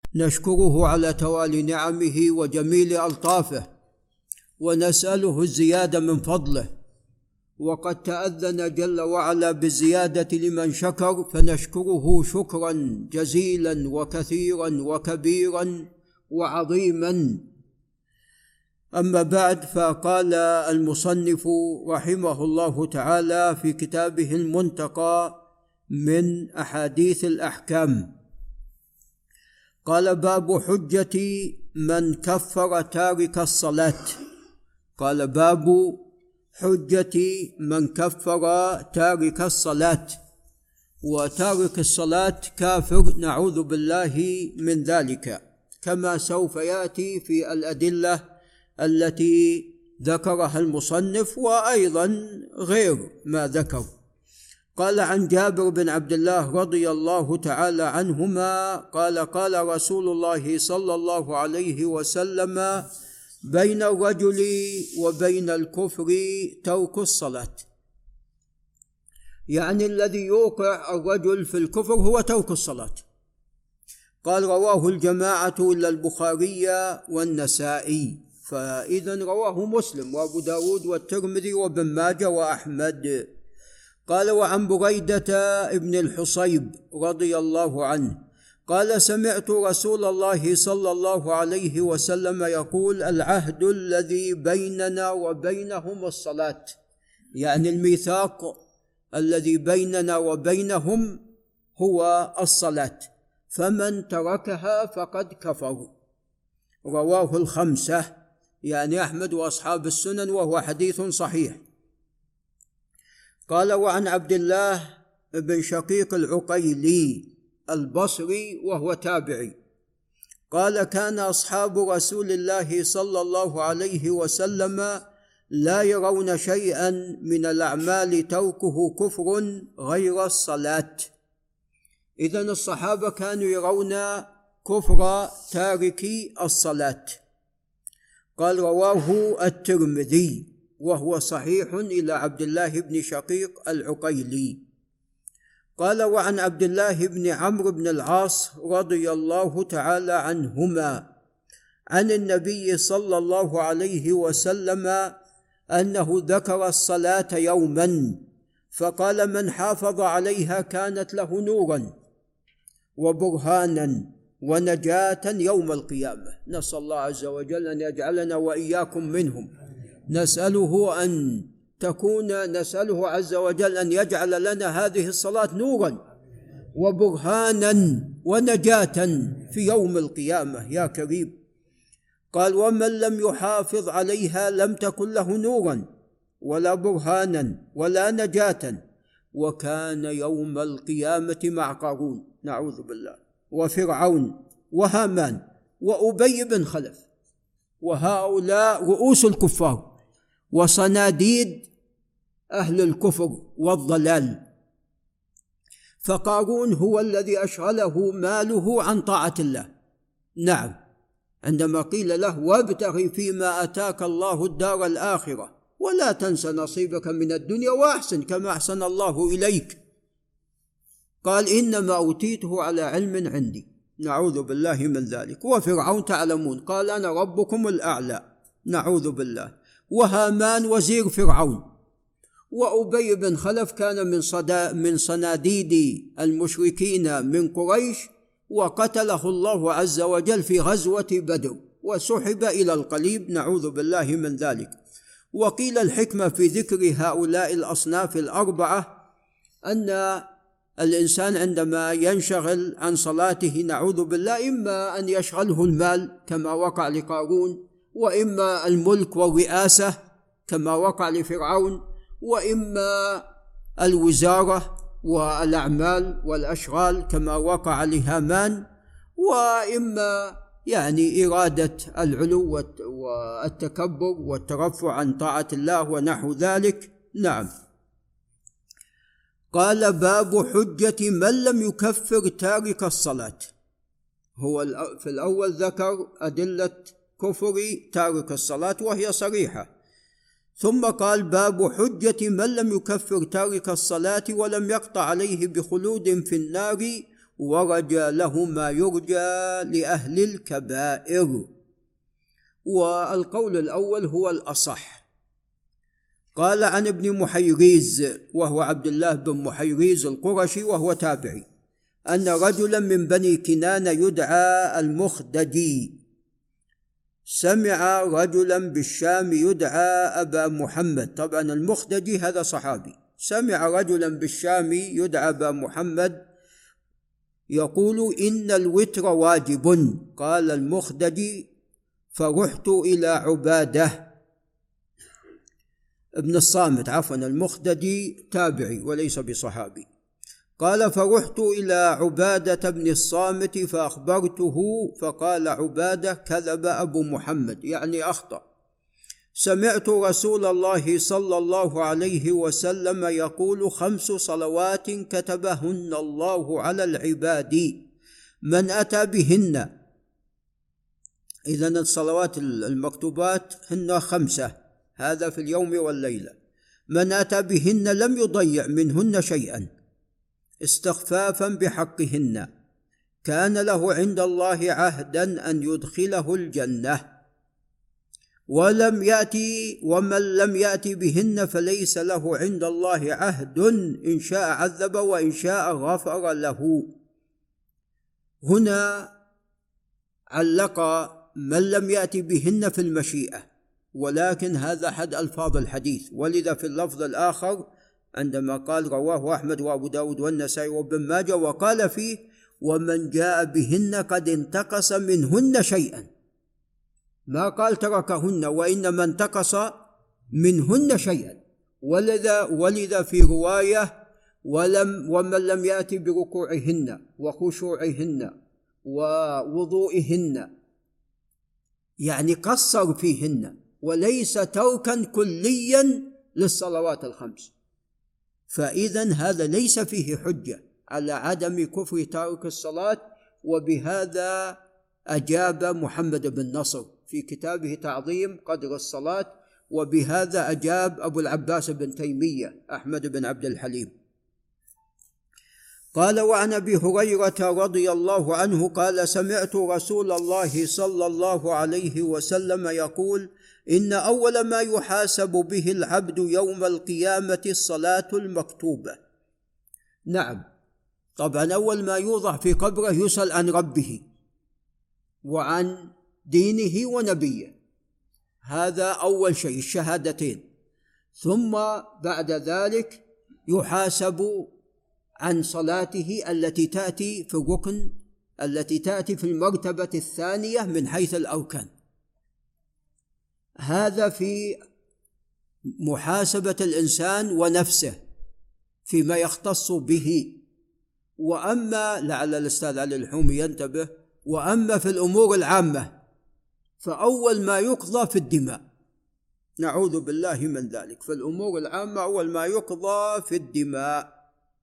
نشكره على توالي نعمه وجميل ألطافه، ونسأله الزيادة من فضله، وقد تأذن جل وعلا بالزيادة لمن شكر، فنشكره شكرا جزيلا وكثيرا وكبيرا وعظيما. أما بعد، فقال المصنف رحمه الله تعالى في كتابه المنتقى من أحاديث الأحكام، قال: باب حجة من كفر تارك الصلاة. قال: باب حجة من كفر تارك الصلاة. وتارك الصلاة كافر، نعوذ بالله من ذلك، كما سوف يأتي في الأدلة التي ذكرها المصنف وأيضا غير ما ذكر. قال: عن جابر بن عبد الله رضي الله تعالى عنهما قال: قال رسول الله صلى الله عليه وسلم: بين الرجل وبين الكفر ترك الصلاة. يعني الذي يوقع الرجل في الكفر هو ترك الصلاة. قال: رواه الجماعة إلا البخاري والنسائي، فإذن رواه مسلم وأبو داود والترمذي وابن ماجه وأحمد. قال: وعن بريدة ابن الحصيب رضي الله عنه قال: سمعت رسول الله صلى الله عليه وسلم يقول: العهد الذي بيننا وبينهم الصلاة. يعني الميثاق الذي بيننا وبينهم هو الصلاة، فمن تركها فقد كفر. رواه الخمسة، يعني أحمد وأصحاب السنن، وهو حديث صحيح. قال: وعن عبد الله بن شقيق العقيلي البصري وهو تابعي قال: كان أصحاب رسول الله صلى الله عليه وسلم لا يرون شيئا من الأعمال تركه كفر غير الصلاة. إذن الصحابة كانوا يرون كفر تاركي الصلاة. قال: رواه الترمذي وهو صحيح إلى عبد الله بن شقيق العقيلي. قال: وعن عبد الله بن عمرو بن العاص رضي الله تعالى عنهما عن النبي صلى الله عليه وسلم أنه ذكر الصلاة يوما فقال: من حافظ عليها كانت له نورا وبرهانا ونجاة يوم القيامة. نسأل الله عز وجل أن يجعلنا وإياكم منهم. نسأله عز وجل أن يجعل لنا هذه الصلاة نورا وبرهانا ونجاة في يوم القيامة يا كريم. قال: ومن لم يحافظ عليها لم تكن له نورا ولا برهانا ولا نجاة، وكان يوم القيامة مع قارون، نعوذ بالله، وفرعون وهامان وأبي بن خلف، وهؤلاء رؤوس الكفار وصناديد أهل الكفر والضلال. فقارون هو الذي أشغله ماله عن طاعة الله. نعم، عندما قيل له: وابتغ فيما أتاك الله الدار الآخرة ولا تنس نصيبك من الدنيا وأحسن كما أحسن الله إليك، قال: إنما أوتيته على علم عندي، نعوذ بالله من ذلك. وفرعون تعلمون، قال: أنا ربكم الأعلى، نعوذ بالله. وهامان وزير فرعون. وأبي بن خلف كان من صناديد المشركين من قريش، وقتله الله عز وجل في غزوة بدر وسحب إلى القليب، نعوذ بالله من ذلك. وقيل الحكمة في ذكر هؤلاء الأصناف الأربعة أن الإنسان عندما ينشغل عن صلاته، نعوذ بالله، إما أن يشغله المال كما وقع لقارون، وإما الملك والرئاسة كما وقع لفرعون، وإما الوزارة والأعمال والأشغال كما وقع لهامان، وإما يعني إرادة العلو والتكبر والترفع عن طاعة الله ونحو ذلك. نعم. قال: باب حجة من لم يكفر تارك الصلاة. هو في الأول ذكر أدلة كفر تارك الصلاة وهي صريحة، ثم قال: باب حجة من لم يكفر تارك الصلاة ولم يقطع عليه بخلود في النار ورجى له ما يرجى لأهل الكبائر. والقول الأول هو الأصح. قال عن ابن محيريز وهو عبد الله بن محيريز القرشي وهو تابعي أن رجلا من بني كنانة يدعى المخدجي سمع رجلا بالشام يدعى أبا محمد. طبعا المخدجي هذا صحابي. سمع رجلا بالشام يدعى أبا محمد يقول إن الوتر واجب. قال المخدجي فرحت إلى عبادة ابن الصامت، عفوا المخدجي تابعي وليس بصحابي. قال فرحت إلى عبادة بن الصامت فأخبرته فقال عبادة كذب أبو محمد، يعني أخطأ. سمعت رسول الله صلى الله عليه وسلم يقول 5 صلوات كتبهن الله على العباد من أتى بهن. إذن الصلوات المكتوبات هن 5، هذا في اليوم والليلة. من أتى بهن لم يضيع منهن شيئا استخفافا بحقهن كان له عند الله عهدا أن يدخله الجنة. ومن لم يأتي بهن فليس له عند الله عهد إن شاء عذب وإن شاء غفر له. هنا علق من لم يأتي بهن في المشيئة، ولكن هذا حد ألفاظ الحديث. ولذا في اللفظ الآخر عندما قال رواه أحمد وأبو داود والنسائي وابن ماجه وقال فيه ومن جاء بهن قد انتقص منهن شيئا، ما قال تركهن وإنما انتقص منهن شيئا. ولذا في رواية ومن لم يأتي بركوعهن وخشوعهن ووضوئهن، يعني قصر فيهن وليس تركا كليا للصلوات ال5. فإذن هذا ليس فيه حجة على عدم كفر تارك الصلاة. وبهذا أجاب محمد بن نصر في كتابه تعظيم قدر الصلاة، وبهذا أجاب أبو العباس بن تيمية أحمد بن عبد الحليم. قال وعن أبي هريرة رضي الله عنه قال سمعت رسول الله صلى الله عليه وسلم يقول إن أول ما يحاسب به العبد يوم القيامة الصلاة المكتوبة. نعم، طبعا أول ما يوضع في قبره يسأل عن ربه وعن دينه ونبيه، هذا أول شيء الشهادتين. ثم بعد ذلك يحاسب عن صلاته التي تأتي في الركن، التي تأتي في المرتبة الثانية من حيث الأركان. هذا في محاسبة الإنسان ونفسه فيما يختص به. وأما لعل الأستاذ علي الحومي ينتبه، وأما في الأمور العامة فأول ما يقضى في الدماء، نعوذ بالله من ذلك. في الأمور العامة أول ما يقضى في الدماء.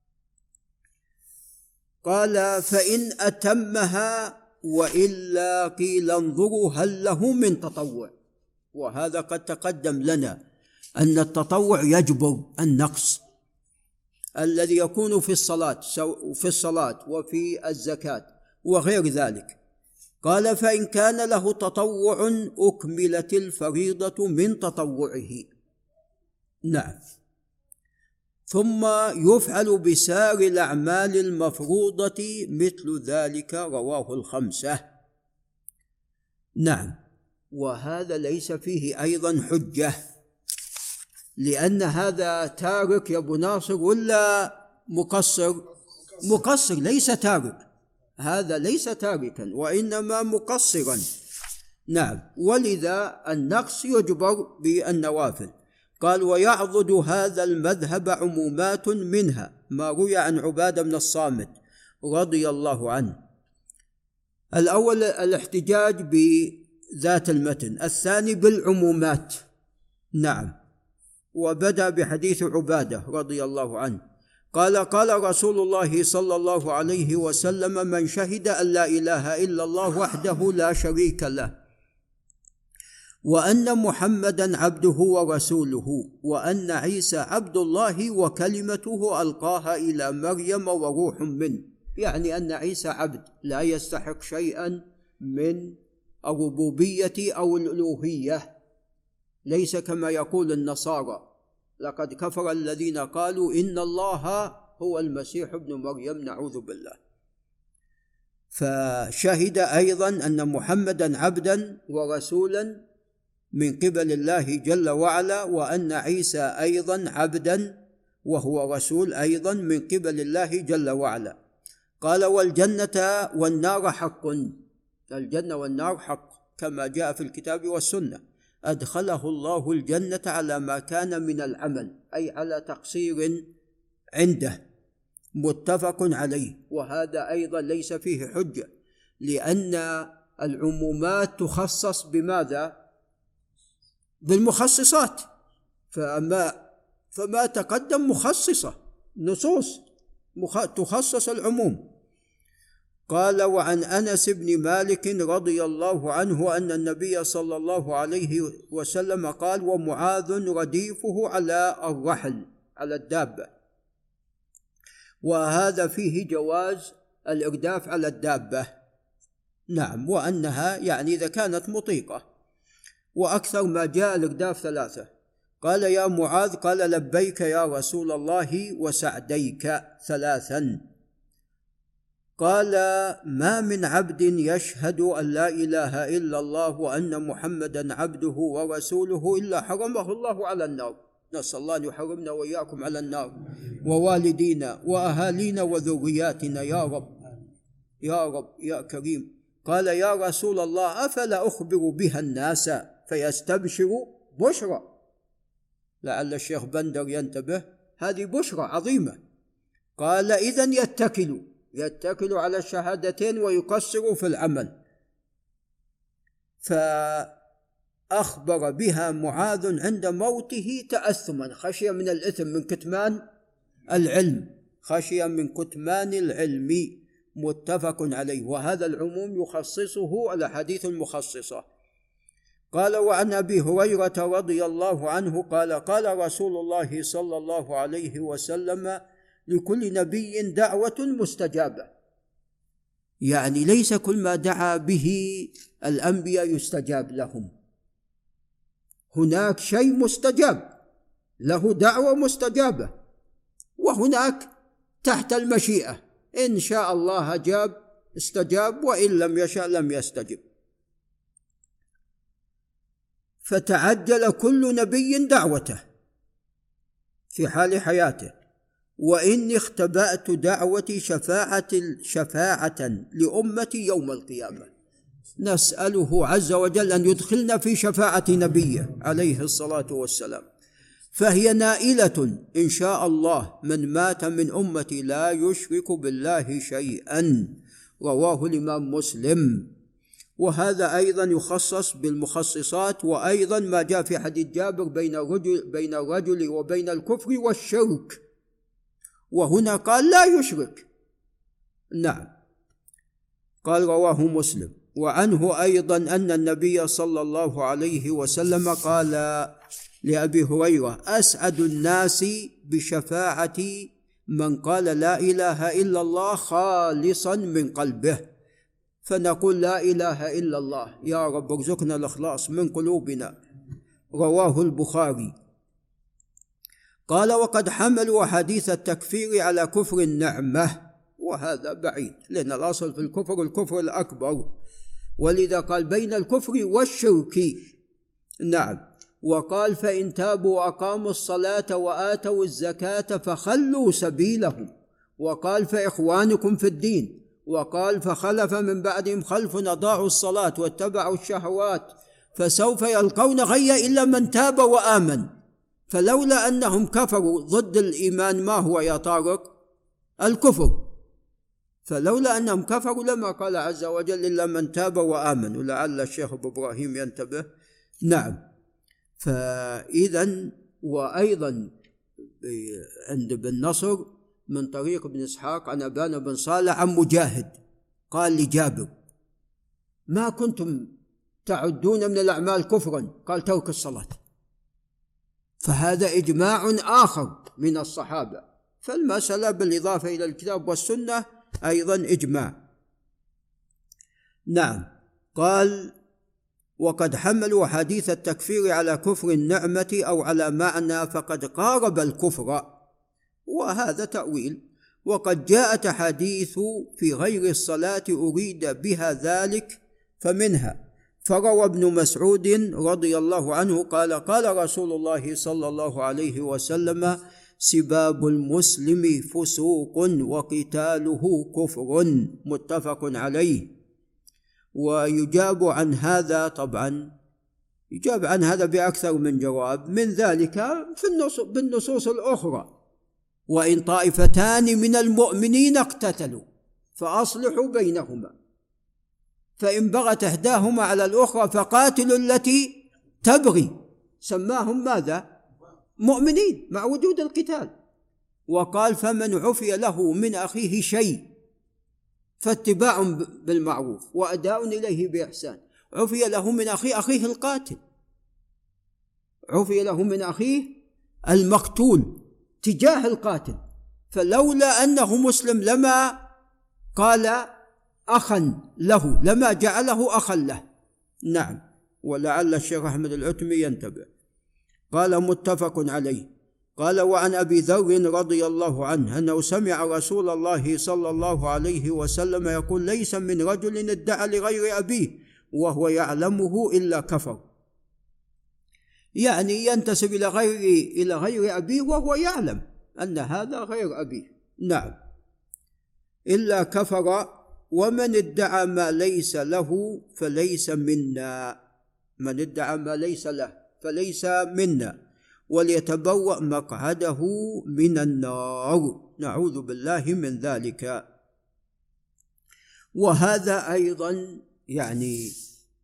قال فإن أتمها وإلا قيل انظروا هل له من تطوع. وهذا قد تقدم لنا أن التطوع يجبر النقص الذي يكون في الصلاة وفي الزكاة وغير ذلك. قال فإن كان له تطوع أكملت الفريضة من تطوعه. نعم. ثم يفعل بسائر الأعمال المفروضة مثل ذلك رواه ال5. نعم. وهذا ليس فيه أيضا حجة، لأن هذا تارك يا أبو ناصر ولا مقصر؟ مقصر، ليس تارك، هذا ليس تاركا وإنما مقصرا. نعم. ولذا النقص يجبر بالنوافل. قال ويعضد هذا المذهب عمومات منها ما روي عن عبادة بن الصامت رضي الله عنه. الأول الاحتجاج بذات المتن، الثاني بالعمومات. نعم. وبدأ بحديث عبادة رضي الله عنه قال قال رسول الله صلى الله عليه وسلم من شهد أن لا إله إلا الله وحده لا شريك له وأن محمدا عبده ورسوله وأن عيسى عبد الله وكلمته ألقاها إلى مريم وروح منه يعني أن عيسى عبد لا يستحق شيئا من الربوبية أو الألوهية، ليس كما يقول النصارى لقد كفر الذين قالوا إن الله هو المسيح ابن مريم، نعوذ بالله. فشهد أيضا أن محمدا عبدا ورسولا من قبل الله جل وعلا، وأن عيسى أيضا عبدا وهو رسول أيضا من قبل الله جل وعلا. قال والجنة والنار حق، الجنة والنار حق كما جاء في الكتاب والسنة. أدخله الله الجنة على ما كان من العمل، أي على تقصير عنده، متفق عليه. وهذا أيضا ليس فيه حجة، لأن العمومات تخصص بماذا؟ بالمخصصات، فما تقدم مخصصة، نصوص تخصص العموم. قال وعن أنس بن مالك رضي الله عنه أن النبي صلى الله عليه وسلم قال ومعاذ رديفه على الرحل، على الدابة، وهذا فيه جواز الإرداف على الدابة، نعم، وأنها يعني إذا كانت مطيقة. وأكثر ما جاء الإرداف 3. قال يا معاذ، قال لبيك يا رسول الله وسعديك 3. قال ما من عبد يشهد أن لا إله إلا الله وأن محمدا عبده ورسوله إلا حرمه الله على النار. نسأل الله أن يحرمنا وإياكم على النار، ووالدينا وأهالينا وذرياتنا يا رب يا رب يا كريم. قال يا رسول الله أفلا أخبر بها الناس فيستبشروا؟ بشرى، لعل الشيخ بندر ينتبه، هذه بشرى عظيمة. قال إذن يتكلوا على الشهادتين ويقصروا في العمل. فأخبر بها معاذ عند موته تأثما، خشية من الإثم، من كتمان العلم، خشية من كتمان العلم، متفق عليه. وهذا العموم يخصصه الأحاديث المخصصة. قال وعن أبي هريرة رضي الله عنه قال قال رسول الله صلى الله عليه وسلم لكل نبي دعوة مستجابة، يعني ليس كل ما دعا به الأنبياء يستجاب لهم، هناك شيء مستجاب له، دعوة مستجابة، وهناك تحت المشيئة، إن شاء الله أجاب استجاب، وإن لم يشاء لم يستجب. فتعجل كل نبي دعوته في حال حياته. وإني اختبأت دعوتي شفاعة لأمتي يوم القيامة، نسأله عز وجل أن يدخلنا في شفاعة نبيه عليه الصلاة والسلام، فهي نائلة إن شاء الله من مات من أمتي لا يشرك بالله شيئا، رواه الإمام مسلم. وهذا أيضا يخصص بالمخصصات. وأيضا ما جاء في حديث جابر بين الرجل وبين الكفر والشرك، وهنا قال لا يشرك، نعم، قال رواه مسلم. وعنه أيضا أن النبي صلى الله عليه وسلم قال لأبي هريرة أسعد الناس بشفاعتي من قال لا إله إلا الله خالصا من قلبه. فنقول لا إله إلا الله، يا رب ارزقنا الإخلاص من قلوبنا، رواه البخاري. قال وقد حملوا حديث التكفير على كفر النعمة، وهذا بعيد، لأن الأصل في الكفر الأكبر، ولذا قال بين الكفر والشرك، نعم. وقال فإن تابوا وأقاموا الصلاة وآتوا الزكاة فخلوا سبيلهم. وقال فإخوانكم في الدين. وقال فخلف من بعدهم خلف أضاعوا الصلاة واتبعوا الشهوات فسوف يلقون غيا إلا من تاب وآمن. فلولا أنهم كفروا ضد الإيمان، ما هو يا طارق؟ الكفر. فلولا أنهم كفروا لما قال عز وجل إلا من تاب وآمن، ولعل الشيخ أبو إبراهيم ينتبه، نعم. فإذا وأيضا عند بن نصر من طريق ابن إسحاق عن أبان بن صالح عن مجاهد قال لجابر ما كنتم تعدون من الأعمال كفرا؟ قال ترك الصلاة. فهذا إجماع آخر من الصحابة. فالمسألة بالإضافة إلى الكتاب والسنة أيضا إجماع. نعم. قال: وقد حملوا حديث التكفير على كفر النعمة أو على معنى فقد قارب الكفر، وهذا تأويل. وقد جاءت أحاديث في غير الصلاة أريد بها ذلك، فمنها فروى ابن مسعود رضي الله عنه قال: قال رسول الله صلى الله عليه وسلم: سباب المسلم فسوق وقتاله كفر، متفق عليه. ويجاب عن هذا، طبعا يجاب عن هذا بأكثر من جواب، من ذلك بالنصوص الأخرى: وإن طائفتان من المؤمنين اقتتلوا فأصلحوا بينهما، فإن بغت إحداهما على الأخرى فقاتلوا التي تبغي. سماهم ماذا؟ مؤمنين مع وجود القتال. وقال: فمن عفي له من أخيه شيء فاتباع بالمعروف وأداء إليه بإحسان. عفي له من أخيه القاتل، عفي له من أخيه المقتول تجاه القاتل، فلولا أنه مسلم لما قال أخا له، لما جعله أخا له. نعم. ولعل الشيخ أحمد العتمي ينتبه. قال: متفق عليه. قال: وعن أبي ذر رضي الله عنه أنه سمع رسول الله صلى الله عليه وسلم يقول: ليس من رجل ادعى لغير أبيه وهو يعلمه إلا كفر. يعني ينتسب إلى غير أبيه وهو يعلم أن هذا غير أبيه. نعم. إلا كفر. ومن ادعى ما ليس له فليس منا. من ادعى ما ليس له فليس منا. وليتبوأ مقعده من النار، نعوذ بالله من ذلك. وهذا أيضا يعني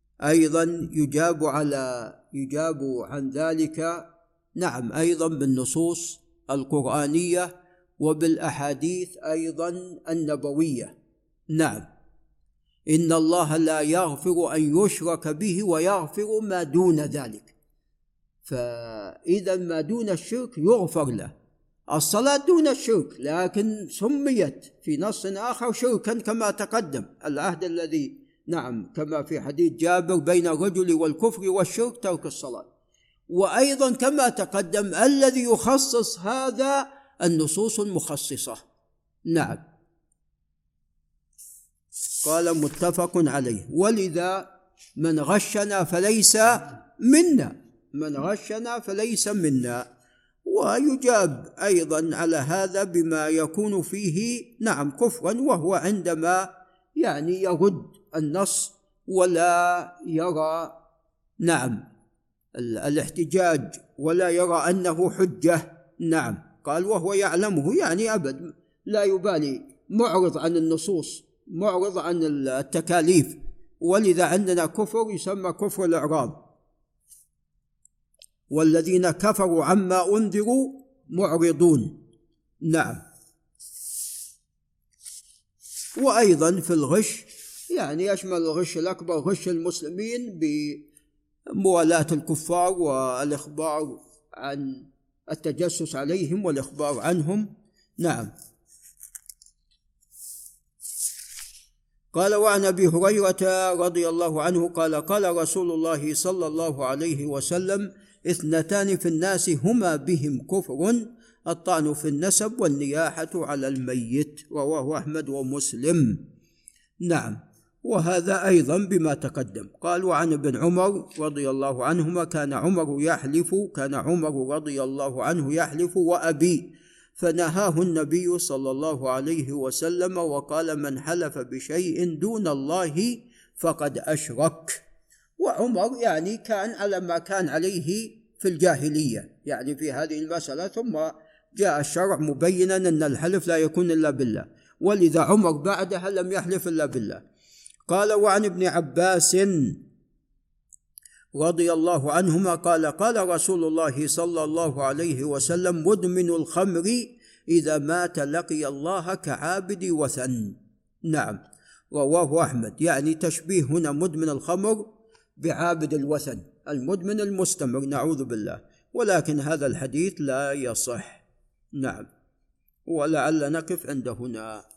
يجاب عن ذلك، نعم، أيضا بالنصوص القرآنية وبالأحاديث أيضا النبوية. نعم. إن الله لا يغفر أن يشرك به ويغفر ما دون ذلك، فإذا ما دون الشرك يغفر له. الصلاة دون الشرك، لكن سميت في نص آخر شركا كما تقدم، العهد الذي، نعم، كما في حديث جابر: بين الرجل والكفر والشرك ترك الصلاة. وأيضا كما تقدم الذي يخصص هذا النصوص المخصصة. نعم. قال: متفق عليه. ولذا من غشنا فليس منا، من غشنا فليس منا. ويجاب أيضا على هذا بما يكون فيه، نعم، كفرا، وهو عندما يعني يرد النص ولا يرى، نعم، الاحتجاج ولا يرى أنه حجة. نعم. قال: وهو يعلمه، يعني أبد لا يبالي، معرض عن النصوص، معرض عن التكاليف. ولذا عندنا كفر يسمى كفر الإعراض: والذين كفروا عما أنذروا معرضون. نعم. وأيضا في الغش، يعني يشمل الغش الأكبر غش المسلمين بموالاة الكفار والإخبار عن التجسس عليهم والإخبار عنهم. نعم. قال: وعن أبي هريرة رضي الله عنه قال: قال رسول الله صلى الله عليه وسلم: 2 في الناس هما بهم كفر: الطعن في النسب والنياحة على الميت. رواه أحمد ومسلم. نعم. وهذا أيضا بما تقدم. قال: وعن ابن عمر رضي الله عنهما كان عمر رضي الله عنه يحلف وأبي، فنهاه النبي صلى الله عليه وسلم وقال: من حلف بشيء دون الله فقد أشرك. وعمر يعني كان على ما كان عليه في الجاهلية، يعني في هذه المسألة، ثم جاء الشرع مبينا أن الحلف لا يكون إلا بالله، ولذا عمر بعدها لم يحلف إلا بالله. قال: وعن ابن عباس رضي الله عنهما قال: قال رسول الله صلى الله عليه وسلم: مدمن الخمر إذا مات لقي الله كعابد وثن. نعم. رواه أحمد. يعني تشبيه هنا مدمن الخمر بعابد الوثن، المدمن المستمر، نعوذ بالله. ولكن هذا الحديث لا يصح. نعم. ولعل نقف عند هنا.